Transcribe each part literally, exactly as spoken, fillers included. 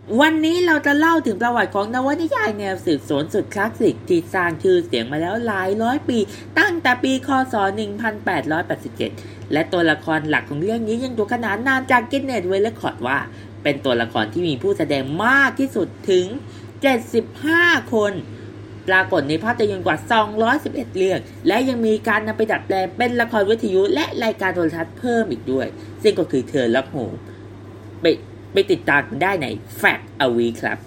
วันนี้เราจะเล่าถึงประวัติของนวนิยายแนวสืบสวนสุดคลาสสิกที่สร้างชื่อเสียงมาแล้วหลายร้อยปีตั้งแต่ปีค.ศ. หนึ่งพันแปดร้อยแปดสิบเจ็ดและตัวละครหลักของเรื่องนี้ยังถูกขนานนามจากกินเนสเวิลด์เรคคอร์ดว่าเป็นตัวละครที่มีผู้แสดงมากที่สุดถึงเจ็ดสิบห้าคนปรากฏในภาพยนตร์กว่าสองร้อยสิบเอ็ดเรื่องและยังมีการนำไปดัดแปลงเป็นละครวิทยุและรายการโทรทัศน์เพิ่มอีกด้วยซึ่งก็คือเธอล็อกโฮมไปไปติดตามกันได้ใน Fact a Week ครับ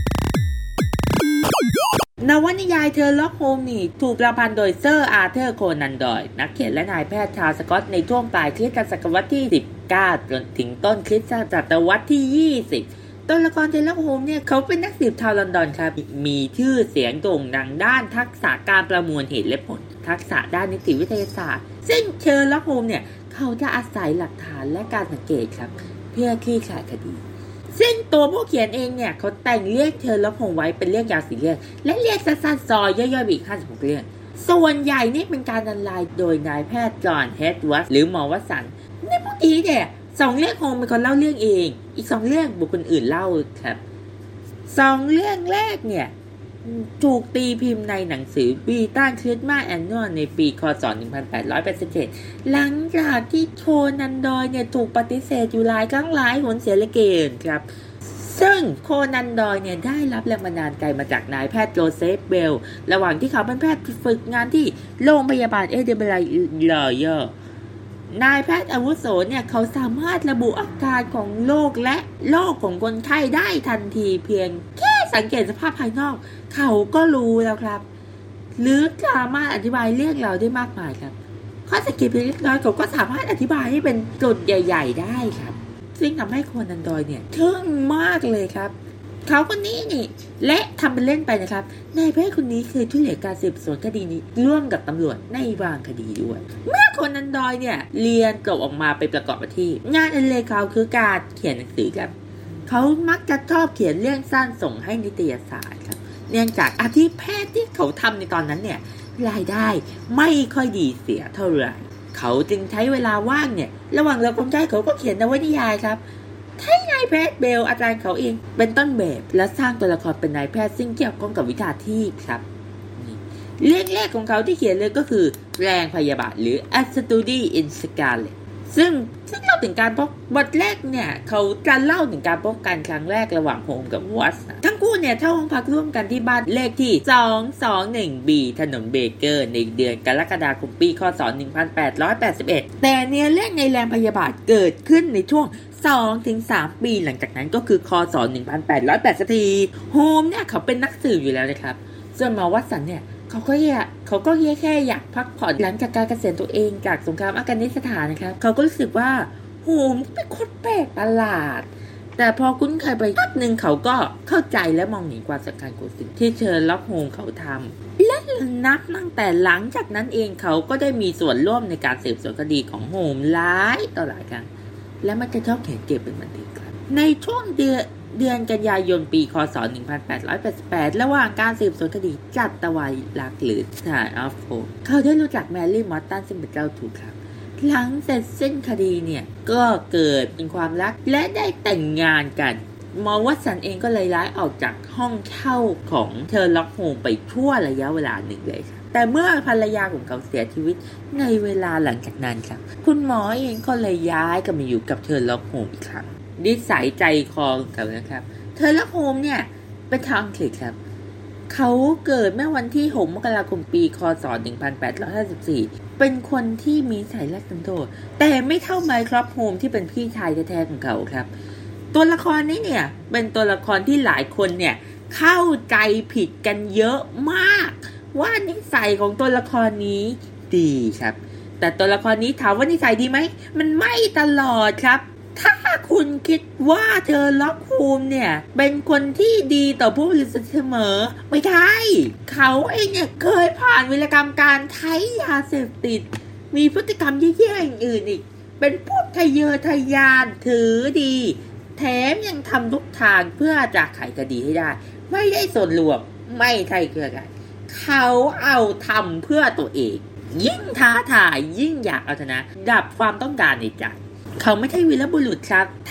นวนิยายเธอล็อกโฮมนี่ถูกประพันธ์โดยเซอร์อาร์เธอร์โคนันดอยล์นักเขียนและนายแพทย์ชาวสกอตในช่วงปลายคริสตศตวรรษที่สิบเก้าจนถึงต้นคริสตศตวรรษที่ยี่สิบตัวละครเธอล็อกโฮมเนี่ยเขาเป็นนักสืบชาวลอนดอนครับมีชื่อเสียงโด่งดังด้านทักษะการประมวลเหตุและผลทักษะด้านนิติวิทยาศาสตร์ซึ่งเธอล็อกโฮมเนี่ยเขาจะอาศัยหลักฐานและการสังเกตครับเพื่อคลี่คลายคดีซึ่งตัวผู้เขียนเองเนี่ยเขาแต่งเรียกเธอล็อกโฮมไว้เป็นเรียกยาวสี่เรื่องและเรียกสั้นๆซอยย่อยๆอีกห้าสิบหกเรื่องส่วนใหญ่นี่เป็นการบรรยายโดยนายแพทย์จอห์นเฮดวัตหรือหมอวสันต์ในพวกนี้เนี่ยสองเรื่องโฮมเป็นคนเล่าเรื่องเองอีกสองเรื่องบุคคลอื่นเล่าครับสองเรื่องแรกเนี่ยถูกตีพิมพ์ในหนังสือบีตันคริสต์มาสแอนนวลในปีค.ศ. หนึ่งพันแปดร้อยแปดสิบเจ็ดหลังจากที่โคนันดอยล์เนี่ยถูกปฏิเสธอยู่หลายครั้งหลายหนเสียเหลือเกินครับซึ่งโคนันดอยล์เนี่ยได้รับแรงบันดาลใจมาจากนายแพทย์โจเซฟเบลระหว่างที่เขาเป็นแพทย์ฝึกงานที่โรงพยาบาลเอเดนบะระลอเยอร์นายแพทย์อาวุโสเนี่ยเขาสามารถระบุอาการของโรคและโรคของคนไข้ได้ทันทีเพียงแค่สังเกตสภาพภายนอกเขาก็รู้แล้วครับหรือสามารถอธิบายเรื่องราวได้มากมายครับข้อสังเกตเพียงเล็กน้อยเขาก็สามารถอธิบายให้เป็นจุดใหญ่ๆได้ครับซึ่งทำให้โคนันดอยล์เนี่ยทึ่งมากเลยครับเขาคนนี้นี่และทำเป็นเล่นไปนะครับนายแพทย์คนนี้คือช่วยเหลือการสืบสวนคดีนี้ร่วมกับตำรวจในบางคดีด้วยเมื่อโคนันดอยล์เนี่ยเรียนจบออกมาไปประกอบอาชีพงานอดิเรกเขาคือการเขียนหนังสือครับเขามักจะชอบเขียนเรื่องสั้นส่งให้นิตยสารครับเนื่องจากอาชีพแพทย์ที่เขาทำในตอนนั้นเนี่ยรายได้ไม่ค่อยดีเสียเท่าไหร่เขาจึงใช้เวลาว่างเนี่ยระหว่างรอคนไข้เขาก็เขียนนวนิยายครับให้นายแพทย์เบลอาจารย์เขาเองเป็นต้นแบบและสร้างตัวละครเป็นนายแพทย์ซึ่งเกี่ยวข้องกับวิชาชีพครับเรื่องแรกของเขาที่เขียนเลยก็คือแรงพยาบาทหรือ A Study in Scarlet ซึ่งซึ่งเล่าถึงการพบบทแรกเนี่ยเขาจะเล่าถึงการพบกันครั้งแรกระหว่างโฮมกับวัตทั้งคู่เนี่ยเช่าห้องพักร่วมกันที่บ้านเลขที่สองสองหนึ่งบี ถนนเบเกอร์ในเดือนกรกฎาคมปีค.ศ. หนึ่งพันแปดร้อยแปดสิบเอ็ดแต่เนี่ยเรื่องในแรงพยาบาทเกิดขึ้นในช่วงสองถึงสาม ปีหลังจากนั้นก็คือค.ศ. หนึ่งพันแปดร้อยแปดสิบสี่โฮมเนี่ยเขาเป็นนักสืบอยู่แล้วนะครับส่วนหมอวัตสันเนี่ยเขาก็อยากเขาก็แค่อยากพักผ่อนหลังจากการเกษียณตัวเองจากสงครามอัฟกานิสถานนะครับเขาก็รู้สึกว่าโฮมเป็นคนแปลกประหลาดแต่พอคุ้นเคยไปพักหนึ่งเขาก็เข้าใจและมองเห็นความสำคัญของสิ่งที่เชอร์ล็อกโฮมเขาทำและนับตั้งแต่หลังจากนั้นเองเขาก็ได้มีส่วนร่วมในการสืบสวนคดีของโฮมหลายต่อหลายครั้งและมันจะชอบเขียนเก็บเป็นบันทึกครับในช่วงเดือนเดือนกันยายนปีค.ศ. หนึ่งพันแปดร้อยแปดสิบแปดระหว่างการสืบสวนคดีจัตวารักษ์หรือ Trial of Hope เขาได้รู้จักแมรี่มอตตันซึ่งเป็นเจ้าทุกข์ครับหลังเสร็จสิ้นคดีเนี่ยก็เกิดเป็นความรักและได้แต่งงานกันหมอวัตสันเองก็เลยย้ายออกจากห้องเช่าของเธอล็อกโฮมไปทั่วระยะเวลาหนึ่งเลยครับแต่เมื่อภรรยาของเขาเสียชีวิตในเวลาหลังจากนั้นครับคุณหมอเองก็เลยย้ายกลับมาอยู่กับเธอล็อกโฮมอีกครั้งนิสัยใจคอของเขานะครับเธอล็อกโฮมเนี่ยเป็นชาวอังกฤษครับเขาเกิดเมื่อวันที่หกมกราคมปีค.ศ. หนึ่งพันแปดร้อยห้าสิบสี่เป็นคนที่มีสายเลือดสันโดษแต่ไม่เท่าไมค์ครับโฮมที่เป็นพี่ชายแท้ๆของเขาครับตัวละครนี้เนี่ยเป็นตัวละครที่หลายคนเนี่ยเข้าใจผิดกันเยอะมากว่านิสัยของตัวละครนี้ดีครับแต่ตัวละครนี้ถามว่านิสัยดีไหมมันไม่ตลอดครับถ้าคุณคิดว่าเธอล็อกโฮมเนี่ยเป็นคนที่ดีต่อผู้บริสุทธิ์เสมอไม่ใช่เขาเองเนี่ยเคยผ่านวิรกรรมการใช้ยาเสพติดมีพฤติกรรมแย่ๆอื่นอีกเป็นพวกทะเยอทะยานถือดีแถมยังทำทุกทางเพื่อจะไขคดีให้ได้ไม่ได้ส่วนรวมไม่ใช่เพื่อใครเขาเอาทำเพื่อตัวเองยิ่งท้าทายยิ่งอยากเอาชนะดับความต้องการในใจเขาไม่ใช่วีรบุรุษครับถ้าคุณ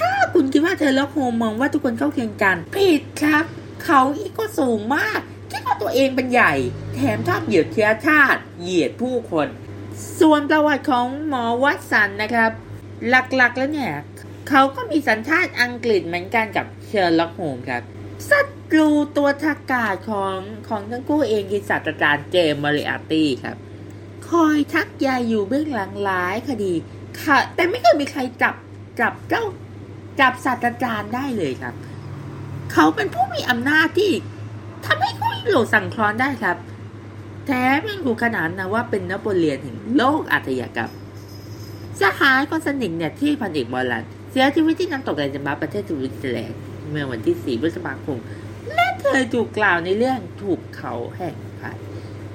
คุณคิดว่าเชอร์ล็อกโฮมส์มองว่าทุกคนเข้าเคียงกันผิดครับเขาอีโก้สูงมากคิดว่าตัวเองเป็นใหญ่แถมชอบเหยียดเชื้อชาติเหยียดผู้คนส่วนประวัติของหมอวัตสันนะครับหลักๆแล้วเนี่ยเขาก็มีสัญชาติอังกฤษเหมือนกันกับเชอร์ล็อกโฮมส์ครับศัตรูตัวทากาศของของทั้งคู่เองคือศาสตราจารย์เจมส์มอริอาร์ตี้ครับคอยทักยายอยู่เบื้องหลังหลายคดีค่ะแต่ไม่เคยมีใครจับจับเจ้าจับศาสตราจารย์ได้เลยครับเขาเป็นผู้มีอำนาจที่ทำให้คู่ยุโรปสั่งคลอนได้ครับแถมยังถูกขนานนะว่าเป็นนโปเลียนแห่งโลกอาชญากรรมสหายคนสนิทเนี่ยที่พันเอกมอรันเสียชีวิตที่น้ำตกไลน์มาประเทศสวิตเซอร์แลนด์เมื่อวันที่สี่พฤษภาคมและเธอถูกกล่าวในเรื่องถูกเขาแห่งภัย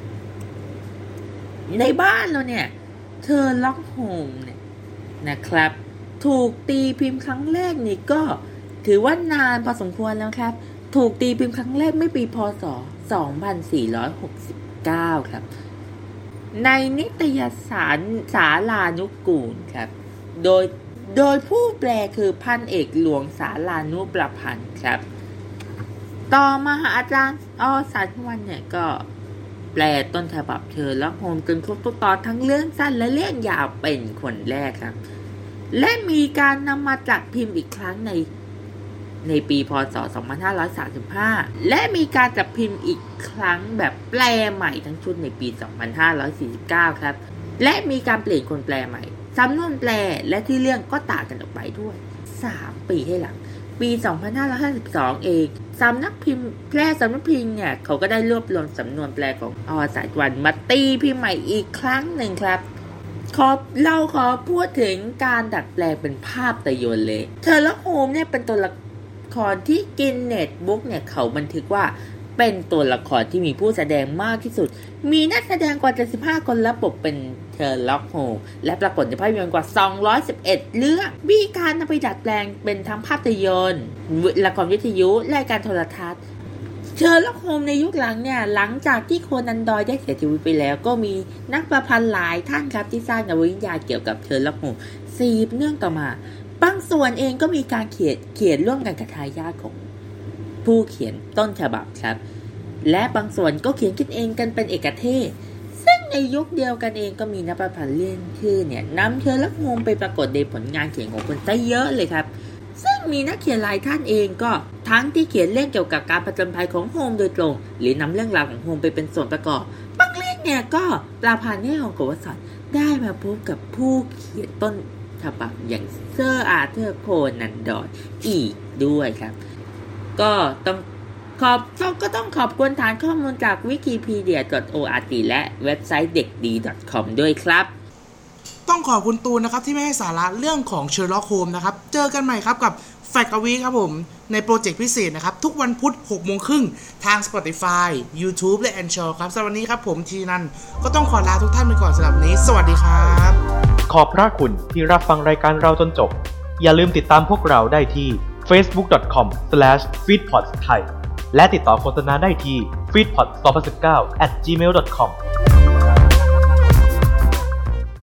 ในบ้านเราเนี่ยเธอล็อกโฮมเนี่ยนะครับถูกตีพิมพ์ครั้งแรกนี่ก็ถือว่านานพอสมควรแล้วครับถูกตีพิมพ์ครั้งแรกเมื่อปีพ.ศ. สองพันสี่ร้อยหกสิบเก้าครับในนิตยสารสารานุกูลครับโดยโดยผู้แปลคือพันเอกหลวงสารานุประพันธ์ครับต่อมาอาจารย์อ.สันวันเนี่ยก็แปลต้นฉบับเชอร์ล็อกโฮมส์จนครบทุกตอนทั้งเรื่องสั้นและเรื่องยาวเป็นคนแรกครับและมีการนำมาจัดพิมพ์อีกครั้งในในปีพ.ศ. สองพันห้าร้อยสามสิบห้าและมีการจัดพิมพ์อีกครั้งแบบแปลใหม่ทั้งชุดในปีสองพันห้าร้อยสี่สิบเก้าครับและมีการเปลี่ยนคนแปลใหม่สำนวนแปลและที่เรื่องก็ต่างกันออกไปด้วยสามปีให้หลังปีสองพันห้าร้อยห้าสิบสองเองสำนักพิมพ์แพร่สำนักพิมพ์เนี่ยเขาก็ได้รวบรวมสำนวนแปลของอ.สายวันมาตีพิมพ์ใหม่อีกครั้งหนึ่งครับขอเราขอพูดถึงการดัดแปลงเป็นภาพยนตร์เลยเชอร์ล็อกโฮมส์เนี่ยเป็นตัวละครที่กินเน็ตบุ๊กเนี่ยเขาบันทึกว่าเป็นตัวละครที่มีผู้แสดงมากที่สุดมีนักแสดงกว่าเจ็ดสิบห้าคนรับบทเป็นเชอร์ล็อกโฮมส์และปรากฏในภาพยนตร์กว่าสองร้อยสิบเอ็ดเรื่องมีการนำไปดัดแปลงเป็นทั้งภาพยนตร์ละครวิทยุและการโทรทัศน์เชอร์ล็อกโฮมส์ในยุคหลังเนี่ยหลังจากที่โคนันดอยล์ได้เสียชีวิตไปแล้วก็มีนักประพันธ์หลายท่านครับที่สร้างนวนิยายเกี่ยวกับเชอร์ล็อกโฮมส์สืบเนื่องต่อมาบางส่วนเองก็มีการเขียนเขียนร่วมกันกับทายาทของผู้เขียนต้นฉบับครับและบางส่วนก็เขียนขึ้นเองกันเป็นเอกเทศซึ่งในยุคเดียวกันเองก็มีนักประพันธ์เรื่องชื่อเนี่ยนำเชอร์ล็อกโฮมส์ไปปรากฏในผลงานเขียนของคนซะเยอะเลยครับซึ่งมีนักเขียนหลายท่านเองก็ทั้งที่เขียนเรื่องเกี่ยวกับการผจญภัยของโฮมส์โดยตรงหรือนำเรื่องราวของโฮมส์ไปเป็นส่วนประกอบบางเรื่องเนี่ยก็ประพันธ์ให้ของกวสันได้มาพบกับผู้เขียนต้นฉบับอย่างเซอร์อาร์เธอร์โคนันดอยล์อีกด้วยครับก็ต้องขอบก็ต้องขอบคุณฐานข้อมูลจาก วิกิพีเดีย ดอท โอ อาร์ จี และเว็บไซต์เด็กดี ดอท คอม ด้วยครับต้องขอบคุณตูนนะครับที่ไม่ให้สาระเรื่องของเชอร์ล็อกโฮมส์นะครับเจอกันใหม่ครับกับแฟกต์ a วีครับผมในโปรเจกต์พิเศษนะครับทุกวันพุธ หกโมงครึ่งทาง Spotify YouTube และ Anchor ครับสำหรับวันนี้ครับผมทีนันก็ต้องขอลาทุกท่านไปก่อนสำหรับวันนี้สวัสดีครับขอบพระคุณที่รับฟังรายการเราจนจบอย่าลืมติดตามพวกเราได้ที่ เฟซบุ๊ก ดอท คอม สแลช ฟีดพอด ไทย และติดต่อโฆษณาได้ที่ ฟีดพอด สองพันสิบเก้า แอท จีเมล ดอท คอม